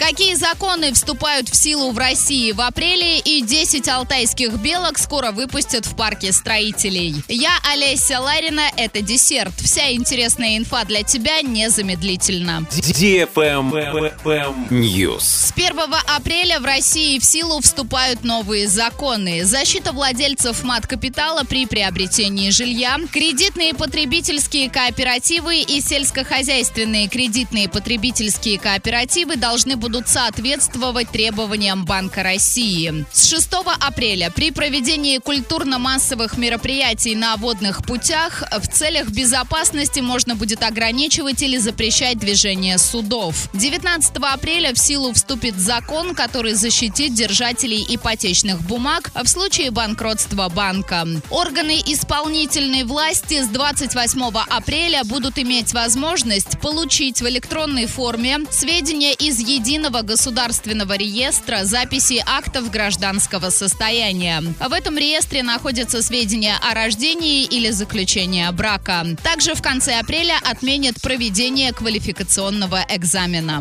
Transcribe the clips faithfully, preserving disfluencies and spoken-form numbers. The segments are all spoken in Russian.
Какие законы вступают в силу в России в апреле, и десять алтайских белок скоро выпустят в парке строителей. Я Олеся Ларина, это десерт. Вся интересная инфа для тебя незамедлительно. News. С первого апреля в России в силу вступают новые законы. Защита владельцев мат-капитала при приобретении жилья, кредитные потребительские кооперативы и сельскохозяйственные кредитные потребительские кооперативы должны будут соответствовать требованиям Банка России. С шестого апреля при проведении культурно-массовых мероприятий на водных путях в целях безопасности можно будет ограничивать или запрещать движение судов. девятнадцатого апреля в силу вступит закон, который защитит держателей ипотечных бумаг в случае банкротства банка. Органы исполнительной власти с двадцать восьмого апреля будут иметь возможность получить в электронной форме сведения из единого государственного реестра записи актов гражданского состояния. В этом реестре находятся сведения о рождении или заключении брака. Также в конце апреля отменят проведение квалификационного экзамена.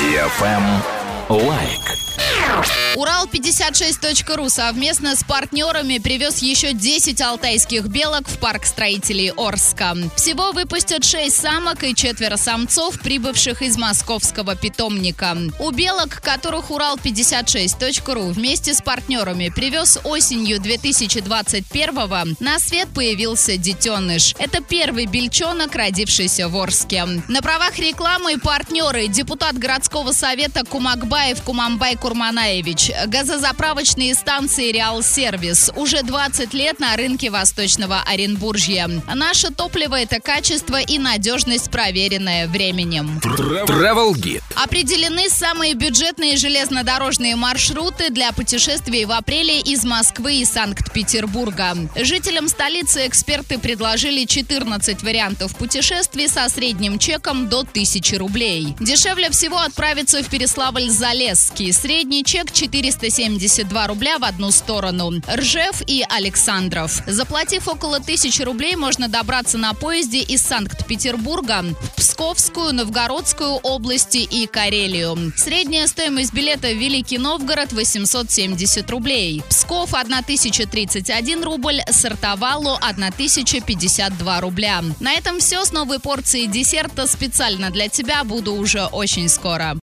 Лайк. Урал пятьдесят шесть точка ру совместно с партнерами привез еще десять алтайских белок в парк строителей Орска. Всего выпустят шесть самок и четверо самцов, прибывших из московского питомника. У белок, которых Урал пятьдесят шесть точка ру вместе с партнерами привез осенью две тысячи двадцать первого, на свет появился детеныш. Это первый бельчонок, родившийся в Орске. На правах рекламы партнеры: депутат городского совета Кумакбаев Кумамбай Курманаевич, газозаправочные станции Реал Сервис. Уже двадцать лет на рынке Восточного Оренбуржья. Наше топливо – это качество и надежность, проверенная временем. Travel Guide. Определены самые бюджетные железнодорожные маршруты для путешествий в апреле из Москвы и Санкт-Петербурга. Жителям столицы эксперты предложили четырнадцать вариантов путешествий со средним чеком до тысячи рублей. Дешевле всего отправиться в Переславль-Залесский. Средний чек четыреста семьдесят два рубля в одну сторону. Ржев и Александров. Заплатив около тысячи рублей, можно добраться на поезде из Санкт-Петербурга в Псковскую, Новгородскую области и Карелию. Средняя стоимость билета в Великий Новгород восемьсот семьдесят рублей. Псков тысяча тридцать один рубль, Сартовалу тысяча пятьдесят два рубля. На этом все. С новой порцией десерта специально для тебя буду уже очень скоро.